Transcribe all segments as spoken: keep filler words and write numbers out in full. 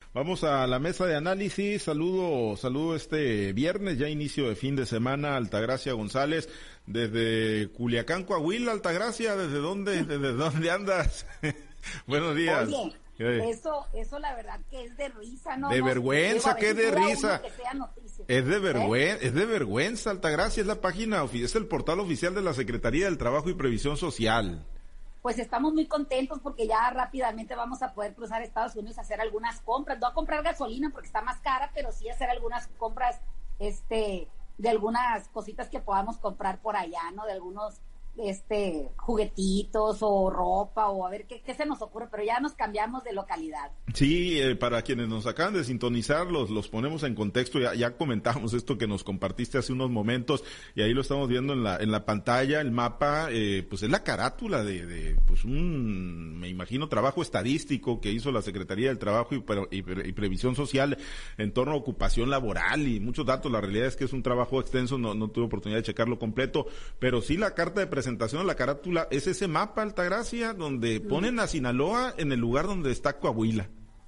Vamos a la mesa de análisis. Saludo, saludo este viernes, ya inicio de fin de semana, Altagracia González, desde Culiacán, Coahuila. Altagracia, ¿desde dónde, desde dónde andas? Buenos días. Oye, eh. eso, eso la verdad que es de risa, ¿no? De no, vergüenza, ¿qué de risa? Que es de vergüenza, ¿eh? Es de vergüenza, Altagracia, es la página, es el portal oficial de la Secretaría del Trabajo y Previsión Social. Pues estamos muy contentos porque ya rápidamente vamos a poder cruzar Estados Unidos a hacer algunas compras, no a comprar gasolina porque está más cara, pero sí hacer algunas compras, este, de algunas cositas que podamos comprar por allá, ¿no? De algunos, este, juguetitos o ropa o a ver qué, qué se nos ocurre, pero ya nos cambiamos de localidad. Sí, eh, para quienes nos acaban de sintonizar, los, los ponemos en contexto, ya, ya comentamos esto que nos compartiste hace unos momentos y ahí lo estamos viendo en la, en la pantalla, el mapa, eh, pues es la carátula de, de, pues un, me imagino, trabajo estadístico que hizo la Secretaría del Trabajo y, y, y Previsión Social en torno a ocupación laboral y muchos datos. La realidad es que es un trabajo extenso, no, no tuve oportunidad de checarlo completo, pero sí la carta de presentación, la carátula, es ese mapa, Altagracia, donde ponen a Sinaloa en el lugar donde está Coahuila.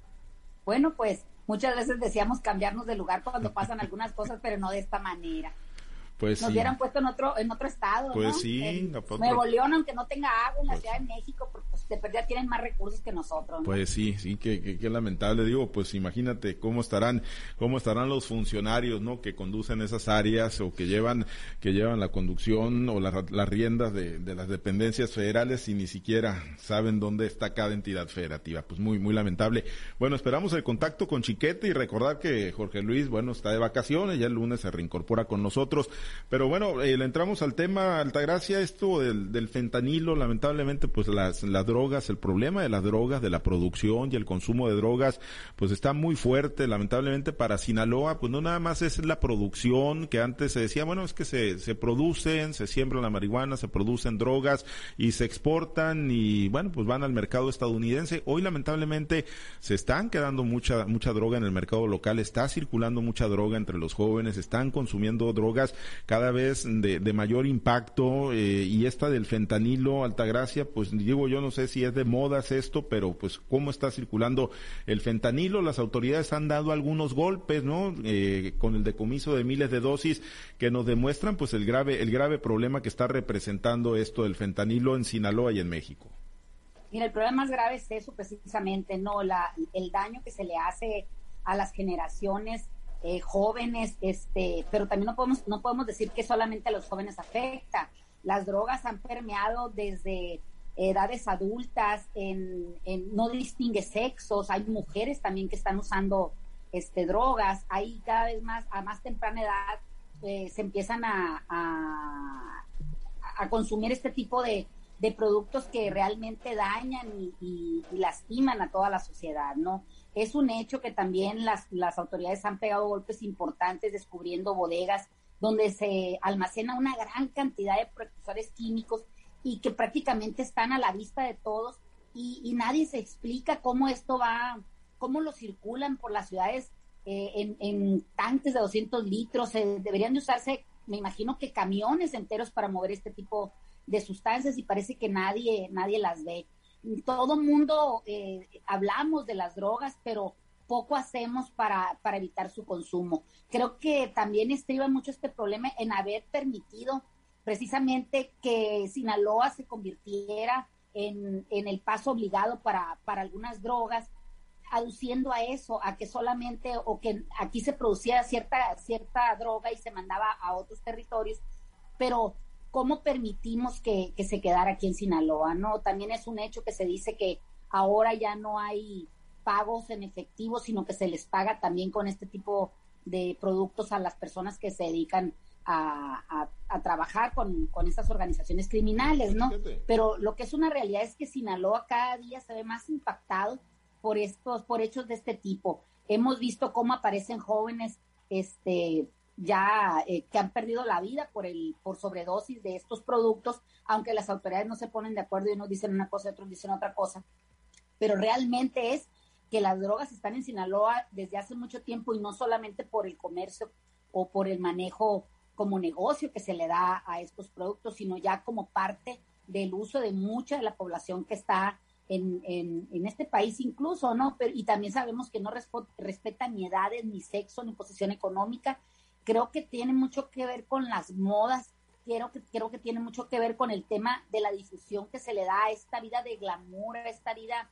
Bueno, pues muchas veces decíamos cambiarnos de lugar cuando pasan algunas cosas, pero no de esta manera. Pues Nos sí. hubieran puesto en otro en otro estado, pues ¿no? sí, en otro... Nuevo León, aunque no tenga agua, en la pues Ciudad de México, porque pues, de verdad tienen más recursos que nosotros, ¿no? Pues sí, sí, que, que, que lamentable, digo, pues imagínate cómo estarán, cómo estarán los funcionarios, ¿no? Que conducen esas áreas o que llevan, que llevan la conducción o la, las riendas de, de las dependencias federales y ni siquiera saben dónde está cada entidad federativa. Pues muy, muy lamentable. Bueno, esperamos el contacto con Chiquete y recordar que Jorge Luis, bueno, está de vacaciones, ya el lunes se reincorpora con nosotros, pero bueno, eh, le entramos al tema, Altagracia, esto del, del fentanilo, lamentablemente, pues las, las drogas, el problema de las drogas, de la producción y el consumo de drogas, pues está muy fuerte, lamentablemente para Sinaloa, pues no nada más es la producción, que antes se decía, bueno, es que se, se producen, se siembran la marihuana, se producen drogas y se exportan y bueno, pues van al mercado estadounidense. Hoy lamentablemente se están quedando mucha, mucha droga en el mercado local, está circulando mucha droga entre los jóvenes, están consumiendo drogas cada vez de, de mayor impacto, eh, y esta del fentanilo, Altagracia, pues digo, yo no sé si es de modas esto, pero pues cómo está circulando el fentanilo. Las autoridades han dado algunos golpes, ¿no? Eh, con el decomiso de miles de dosis que nos demuestran pues el grave, el grave problema que está representando esto del fentanilo en Sinaloa y en México. Mira, el problema más grave es eso precisamente, ¿no? La, el daño que se le hace a las generaciones Eh, jóvenes, este, pero también no podemos, no podemos decir que solamente a los jóvenes afecta. Las drogas han permeado desde edades adultas, en, en no distingue sexos, hay mujeres también que están usando este, drogas, hay cada vez más, a más temprana edad, eh, se empiezan a, a, a consumir este tipo de, de productos que realmente dañan y, y, y lastiman a toda la sociedad, ¿no? Es un hecho que también las, las autoridades han pegado golpes importantes descubriendo bodegas donde se almacena una gran cantidad de precursores químicos y que prácticamente están a la vista de todos y, y nadie se explica cómo esto va, cómo lo circulan por las ciudades eh, en, en tanques de doscientos litros. Eh, deberían de usarse, me imagino que camiones enteros para mover este tipo de sustancias y parece que nadie, nadie las ve. Todo mundo eh, hablamos de las drogas, pero poco hacemos para, para evitar su consumo. Creo que también estriba mucho este problema en haber permitido precisamente que Sinaloa se convirtiera en, en el paso obligado para, para algunas drogas, aduciendo a eso, a que solamente, o que aquí se producía cierta, cierta droga y se mandaba a otros territorios, pero ¿cómo permitimos que, que se quedara aquí en Sinaloa? No, también es un hecho que se dice que ahora ya no hay pagos en efectivo, sino que se les paga también con este tipo de productos a las personas que se dedican a, a, a trabajar con, con estas organizaciones criminales, ¿no? Pero lo que es una realidad es que Sinaloa cada día se ve más impactado por estos, por hechos de este tipo. Hemos visto cómo aparecen jóvenes, este, ya eh, que han perdido la vida por el, por sobredosis de estos productos, aunque las autoridades no se ponen de acuerdo y unos dicen una cosa y otros dicen otra cosa. Pero realmente es que las drogas están en Sinaloa desde hace mucho tiempo y no solamente por el comercio o por el manejo como negocio que se le da a estos productos, sino ya como parte del uso de mucha de la población que está en, en, en este país incluso, ¿no? Pero, y también sabemos que no respo- respetan ni edades, ni sexo, ni posición económica. Creo que tiene mucho que ver con las modas, creo que, creo que tiene mucho que ver con el tema de la difusión que se le da a esta vida de glamour, a esta vida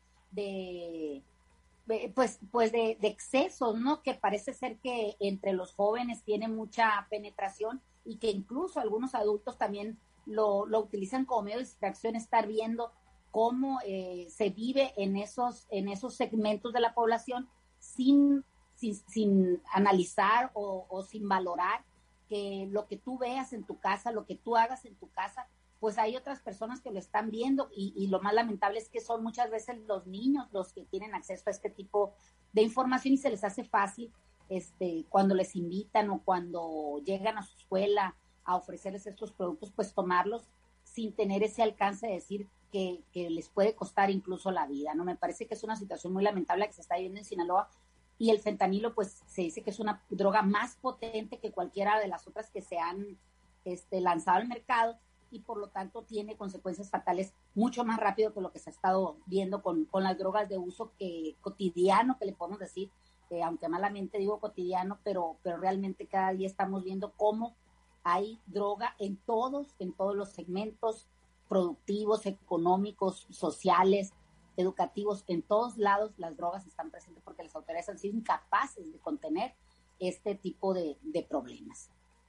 de, de pues, pues de, de excesos, ¿no? Que parece ser que entre los jóvenes tiene mucha penetración y que incluso algunos adultos también lo, lo utilizan como medio de distracción, estar viendo cómo eh, se vive en esos, en esos segmentos de la población sin, sin, sin analizar o, o sin valorar que lo que tú veas en tu casa, lo que tú hagas en tu casa, pues hay otras personas que lo están viendo y, y lo más lamentable es que son muchas veces los niños los que tienen acceso a este tipo de información y se les hace fácil este, cuando les invitan o cuando llegan a su escuela a ofrecerles estos productos, pues tomarlos sin tener ese alcance de decir que, que les puede costar incluso la vida, ¿no? Me parece que es una situación muy lamentable que se está viviendo en Sinaloa. Y el fentanilo, pues, se dice que es una droga más potente que cualquiera de las otras que se han este, lanzado al mercado y por lo tanto tiene consecuencias fatales mucho más rápido que lo que se ha estado viendo con, con las drogas de uso que cotidiano, que le podemos decir, eh, aunque malamente digo cotidiano, pero, pero realmente cada día estamos viendo cómo hay droga en todos, en todos los segmentos productivos, económicos, sociales, educativos, en todos lados las drogas están presentes porque las autoridades han sido incapaces de contener este tipo de, de problemas.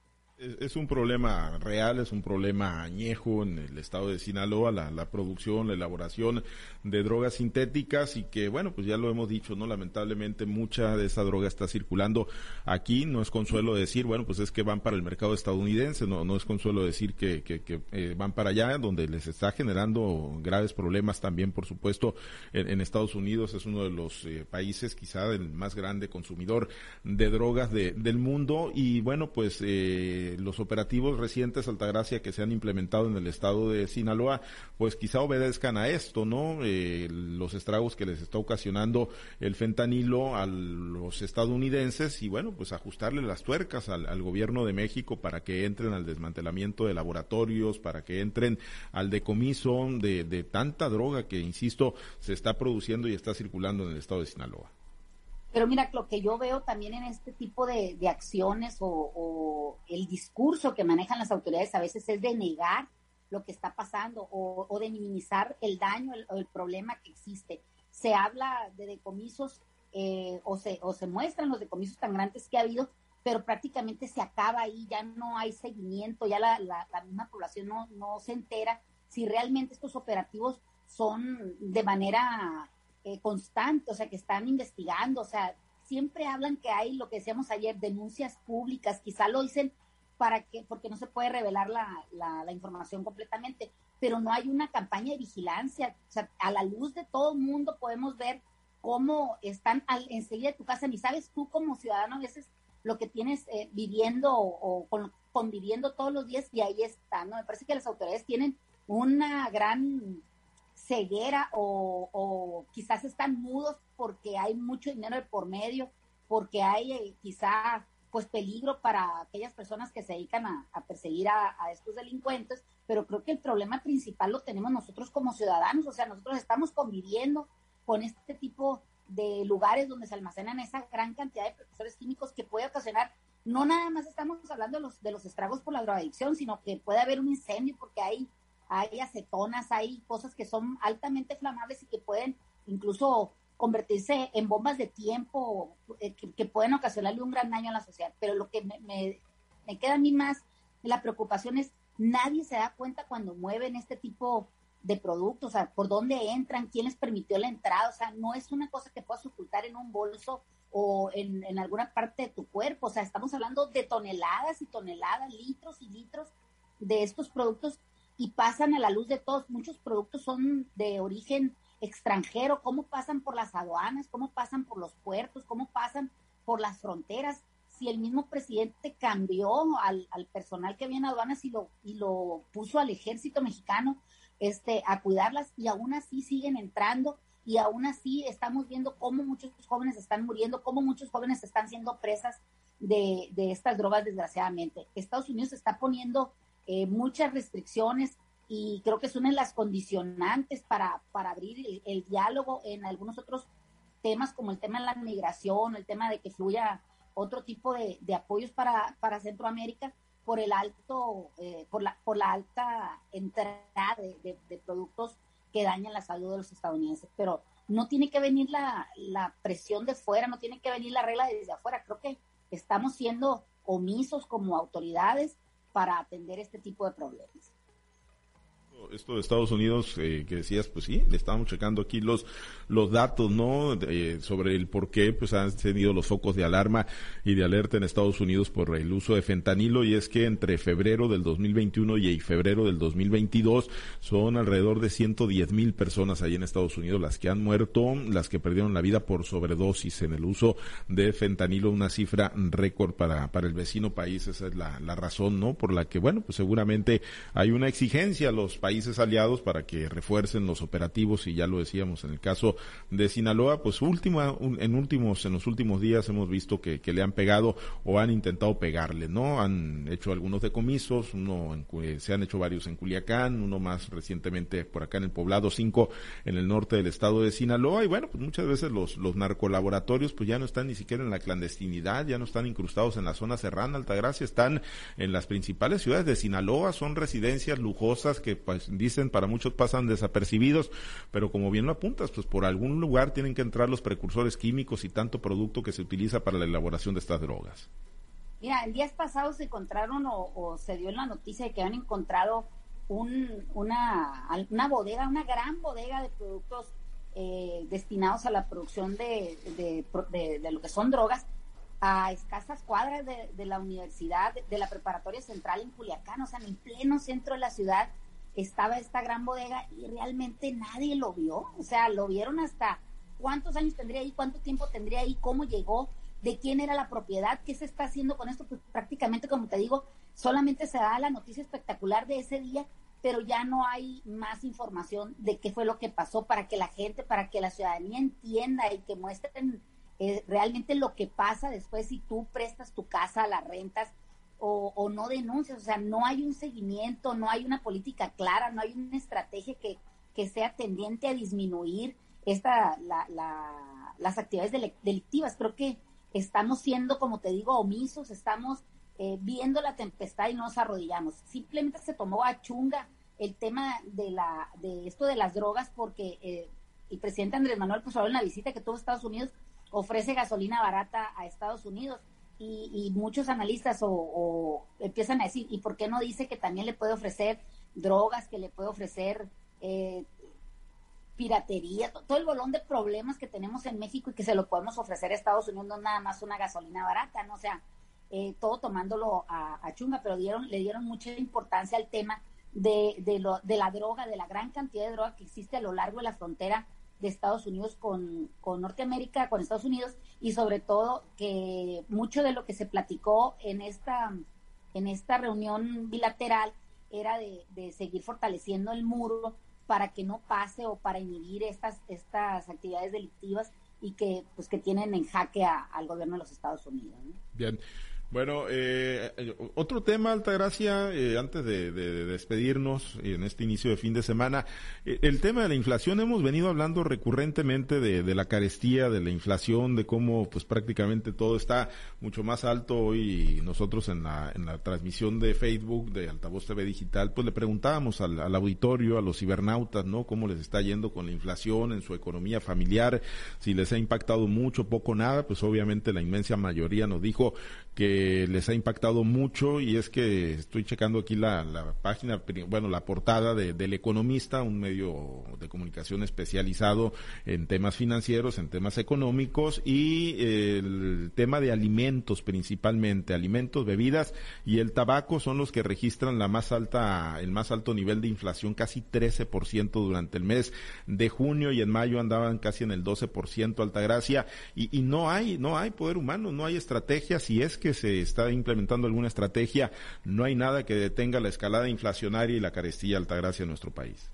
Es un problema real, es un problema añejo en el estado de Sinaloa, la, la producción, la elaboración de drogas sintéticas y que, bueno, pues ya lo hemos dicho, ¿no? Lamentablemente mucha de esa droga está circulando aquí, no es consuelo decir, bueno, pues es que van para el mercado estadounidense, no, no es consuelo decir que, que, que eh, van para allá, donde les está generando graves problemas también, por supuesto, en, en Estados Unidos es uno de los eh, países, quizá el más grande consumidor de drogas de, del mundo y, bueno, pues eh, los operativos recientes Altagracia que se han implementado en el estado de Sinaloa, pues quizá obedezcan a esto, ¿no? Eh, los estragos que les está ocasionando el fentanilo a los estadounidenses y bueno, pues ajustarle las tuercas al, al gobierno de México para que entren al desmantelamiento de laboratorios, para que entren al decomiso de, de tanta droga que, insisto, se está produciendo y está circulando en el estado de Sinaloa. Pero mira, lo que yo veo también en este tipo de, de acciones o, o el discurso que manejan las autoridades a veces es de negar lo que está pasando o, o de minimizar el daño el, o el problema que existe. Se habla de decomisos eh, o, se, o se muestran los decomisos tan grandes que ha habido, pero prácticamente se acaba ahí, ya no hay seguimiento, ya la, la, la misma población no, no se entera si realmente estos operativos son de manera Eh, constante, o sea, que están investigando, o sea, siempre hablan que hay, lo que decíamos ayer, denuncias públicas, quizá lo dicen para que, porque no se puede revelar la, la, la información completamente, pero no hay una campaña de vigilancia, o sea, a la luz de todo el mundo podemos ver cómo están al, enseguida de tu casa, ni sabes tú como ciudadano a veces lo que tienes eh, viviendo o, o con, conviviendo todos los días y ahí está, ¿no? Me parece que las autoridades tienen una gran ceguera o, o quizás están mudos porque hay mucho dinero de por medio, porque hay eh, quizá pues peligro para aquellas personas que se dedican a, a perseguir a, a estos delincuentes, pero creo que el problema principal lo tenemos nosotros como ciudadanos, o sea, nosotros estamos conviviendo con este tipo de lugares donde se almacenan esa gran cantidad de precursores químicos que puede ocasionar, no nada más estamos hablando de los, de los estragos por la drogadicción, sino que puede haber un incendio porque hay hay acetonas, hay cosas que son altamente inflamables y que pueden incluso convertirse en bombas de tiempo eh, que, que pueden ocasionarle un gran daño a la sociedad. Pero lo que me, me, me queda a mí más la preocupación es nadie se da cuenta cuando mueven este tipo de productos, o sea, por dónde entran, quién les permitió la entrada, o sea, no es una cosa que puedas ocultar en un bolso o en, en alguna parte de tu cuerpo, o sea, estamos hablando de toneladas y toneladas, litros y litros de estos productos y pasan a la luz de todos. Muchos productos son de origen extranjero, cómo pasan por las aduanas, cómo pasan por los puertos, cómo pasan por las fronteras. Si el mismo presidente cambió al, al personal que había en aduanas y lo, y lo puso al ejército mexicano este, a cuidarlas y aún así siguen entrando y aún así estamos viendo cómo muchos jóvenes están muriendo, cómo muchos jóvenes están siendo presas de, de estas drogas desgraciadamente. Estados Unidos está poniendo Eh, muchas restricciones y creo que es una de las condicionantes para, para abrir el, el diálogo en algunos otros temas, como el tema de la migración, el tema de que fluya otro tipo de, de apoyos para, para Centroamérica, por el alto, eh, por la, por la alta entrada de, de, de productos que dañan la salud de los estadounidenses. Pero no tiene que venir la, la presión de fuera, no tiene que venir la regla desde afuera. Creo que estamos siendo omisos como autoridades para atender este tipo de problemas. Esto de Estados Unidos, eh, que decías, pues sí, le estábamos checando aquí los los datos, ¿no? Eh, sobre el por qué pues han tenido los focos de alarma y de alerta en Estados Unidos por el uso de fentanilo, y es que entre febrero del dos mil veintiuno y febrero del dos mil veintidós son alrededor de ciento diez mil personas ahí en Estados Unidos las que han muerto, las que perdieron la vida por sobredosis en el uso de fentanilo, una cifra récord para para el vecino país. Esa es la, la razón, ¿no? Por la que, bueno, pues seguramente hay una exigencia a los países aliados para que refuercen los operativos, y ya lo decíamos en el caso de Sinaloa, pues última, en últimos, en los últimos días hemos visto que, que le han pegado o han intentado pegarle, ¿no? Han hecho algunos decomisos, uno en, se han hecho varios en Culiacán, uno más recientemente por acá en el Poblado cinco, en el norte del estado de Sinaloa, y bueno, pues muchas veces los, los narcolaboratorios pues ya no están ni siquiera en la clandestinidad, ya no están incrustados en la zona serrana, Altagracia, están en las principales ciudades de Sinaloa, son residencias lujosas que pues dicen para muchos pasan desapercibidos, pero como bien lo apuntas, pues por algún lugar tienen que entrar los precursores químicos y tanto producto que se utiliza para la elaboración de estas drogas. Mira, en días pasados se encontraron o, o se dio en la noticia de que han encontrado un, una, una bodega, una gran bodega de productos eh, destinados a la producción de, de, de, de lo que son drogas, a escasas cuadras de, de la universidad, de, de la preparatoria central en Culiacán, o sea, en el pleno centro de la ciudad estaba esta gran bodega y realmente nadie lo vio. O sea, lo vieron hasta cuántos años tendría ahí, cuánto tiempo tendría ahí, cómo llegó, de quién era la propiedad, qué se está haciendo con esto. Pues prácticamente, como te digo, solamente se da la noticia espectacular de ese día, pero ya no hay más información de qué fue lo que pasó, para que la gente, para que la ciudadanía entienda y que muestren eh, realmente lo que pasa después si tú prestas tu casa a las rentas o, o no denuncias. O sea, no hay un seguimiento, no hay una política clara, no hay una estrategia que, que sea tendiente a disminuir esta la, la, las actividades delictivas. Creo que estamos siendo, como te digo, omisos, estamos eh, viendo la tempestad y no nos arrodillamos. Simplemente se tomó a chunga el tema de la de esto de las drogas, porque eh, el presidente Andrés Manuel, pues ahora en la visita que tuvo a Estados Unidos, ofrece gasolina barata a Estados Unidos, y, y muchos analistas o, o empiezan a decir, ¿y por qué no dice que también le puede ofrecer drogas, que le puede ofrecer eh, piratería, todo el bolón de problemas que tenemos en México y que se lo podemos ofrecer a Estados Unidos, no nada más una gasolina barata, ¿no? O sea, eh, todo tomándolo a, a chunga, pero dieron, le dieron mucha importancia al tema de, de, lo, de la droga, de la gran cantidad de droga que existe a lo largo de la frontera de Estados Unidos con, con Norteamérica, con Estados Unidos, y sobre todo que mucho de lo que se platicó en esta, en esta reunión bilateral era de, de seguir fortaleciendo el muro para que no pase o para inhibir estas, estas actividades delictivas y que pues que tienen en jaque a, al gobierno de los Estados Unidos, ¿no? Bien. Bueno, eh, otro tema, Altagracia, eh, antes de, de, de despedirnos en este inicio de fin de semana, eh, el tema de la inflación. Hemos venido hablando recurrentemente de, de la carestía, de la inflación, de cómo pues prácticamente todo está mucho más alto. Hoy nosotros en la, en la transmisión de Facebook de Altavoz T V Digital, pues le preguntábamos al, al auditorio, a los cibernautas, ¿no? Cómo les está yendo con la inflación en su economía familiar, si les ha impactado mucho, poco, nada. Pues obviamente la inmensa mayoría nos dijo que les ha impactado mucho, y es que estoy checando aquí la, la página, bueno, la portada de, del Economista, un medio de comunicación especializado en temas financieros, en temas económicos, y el tema de alimentos principalmente, alimentos, bebidas y el tabaco son los que registran la más alta, el más alto nivel de inflación, casi trece por ciento durante el mes de junio, y en mayo andaban casi en el doce por ciento, Altagracia, y, y no hay, no hay poder humano, no hay estrategia. Si es que se está implementando alguna estrategia, no hay nada que detenga la escalada inflacionaria y la carestía, Altagracia, en nuestro país.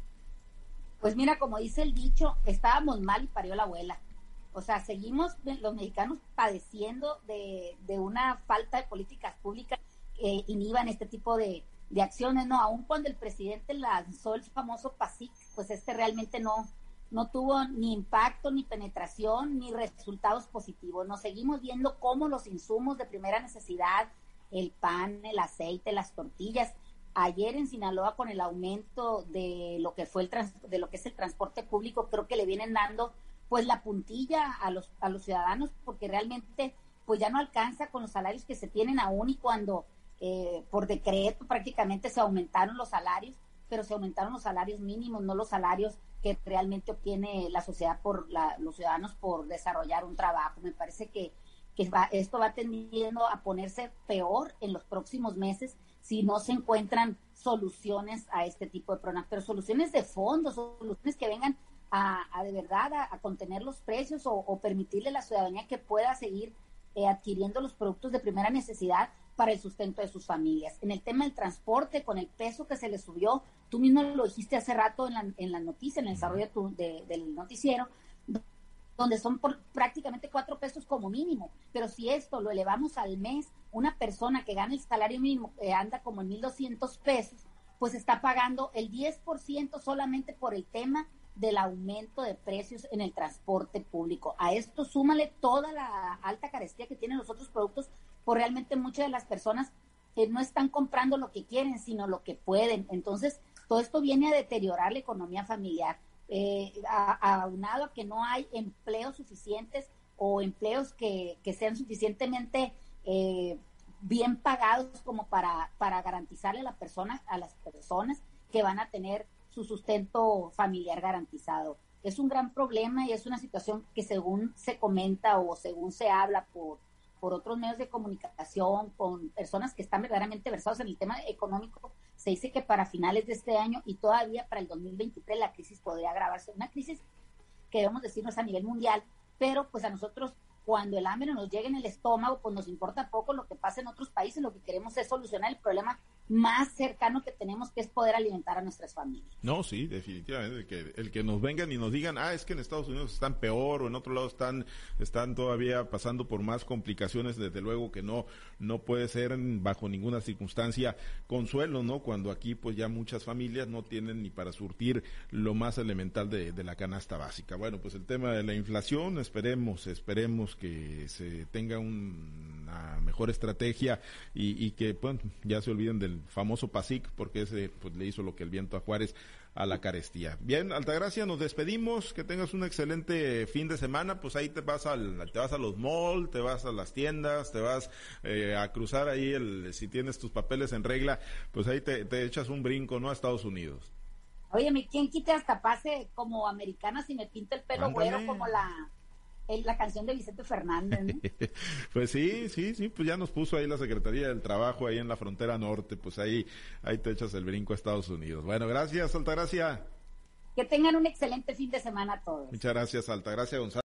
Pues mira, como dice el dicho, estábamos mal y parió la abuela. O sea, seguimos los mexicanos padeciendo de, de una falta de políticas públicas que inhiban este tipo de, de acciones, no, aun cuando el presidente lanzó el famoso PASIC, pues este realmente no, no tuvo ni impacto, ni penetración, ni resultados positivos. Nos seguimos viendo cómo los insumos de primera necesidad, el pan, el aceite, las tortillas, ayer en Sinaloa con el aumento de lo que fue el trans, de lo que es el transporte público, creo que le vienen dando pues la puntilla a los a los ciudadanos, porque realmente pues ya no alcanza con los salarios que se tienen aún, y cuando eh, por decreto prácticamente se aumentaron los salarios, pero se aumentaron los salarios mínimos, no los salarios que realmente obtiene la sociedad por la, los ciudadanos por desarrollar un trabajo. Me parece que, que va, esto va tendiendo a ponerse peor en los próximos meses si no se encuentran soluciones a este tipo de problemas, pero soluciones de fondo, soluciones que vengan a, a de verdad a, a contener los precios o, o permitirle a la ciudadanía que pueda seguir eh, adquiriendo los productos de primera necesidad para el sustento de sus familias. En el tema del transporte, con el peso que se le subió, tú mismo lo dijiste hace rato en la, en la noticia, en el desarrollo de tu, de, del noticiero, donde son por prácticamente cuatro pesos como mínimo, pero si esto lo elevamos al mes, una persona que gana el salario mínimo, que eh, anda como en mil doscientos pesos, pues está pagando el diez por ciento solamente por el tema del aumento de precios en el transporte público. A esto súmale toda la alta carestía que tienen los otros productos, pues realmente muchas de las personas eh, no están comprando lo que quieren, sino lo que pueden. Entonces, todo esto viene a deteriorar la economía familiar. Eh, aunado a, a que no hay empleos suficientes o empleos que, que sean suficientemente eh, bien pagados como para, para garantizarle a la persona, a las personas que van a tener su sustento familiar garantizado. Es un gran problema y es una situación que según se comenta o según se habla por, por otros medios de comunicación, con personas que están verdaderamente versados en el tema económico, se dice que para finales de este año y todavía para el dos mil veintitrés la crisis podría agravarse. Una crisis que debemos decirnos a nivel mundial, pero pues a nosotros cuando el hambre nos llega en el estómago, pues nos importa poco lo que pasa en otros países, lo que queremos es solucionar el problema más cercano que tenemos, que es poder alimentar a nuestras familias. No, sí, definitivamente, el que, el que nos vengan y nos digan, ah, es que en Estados Unidos están peor, o en otro lado están, están todavía pasando por más complicaciones, desde luego que no, no puede ser bajo ninguna circunstancia consuelo, ¿no? Cuando aquí pues ya muchas familias no tienen ni para surtir lo más elemental de, de la canasta básica. Bueno, pues el tema de la inflación, esperemos, esperemos que se tenga un, una mejor estrategia y, y que pues ya se olviden del famoso PASIC, porque ese pues le hizo lo que el viento a Juárez a la carestía. Bien, Altagracia, nos despedimos, que tengas un excelente fin de semana, pues ahí te vas al, te vas a los malls, te vas a las tiendas, te vas eh, a cruzar ahí el, si tienes tus papeles en regla, pues ahí te, te echas un brinco, ¿no? A Estados Unidos. Oye, ¿quién quita hasta pase como americana si me pinta el pelo Ándale. Güero como la es la canción de Vicente Fernández, ¿no? Pues sí, sí, sí, pues ya nos puso ahí la Secretaría del Trabajo ahí en la frontera norte, pues ahí, ahí te echas el brinco a Estados Unidos. Bueno, gracias, Altagracia. Que tengan un excelente fin de semana a todos. Muchas gracias, Altagracia González.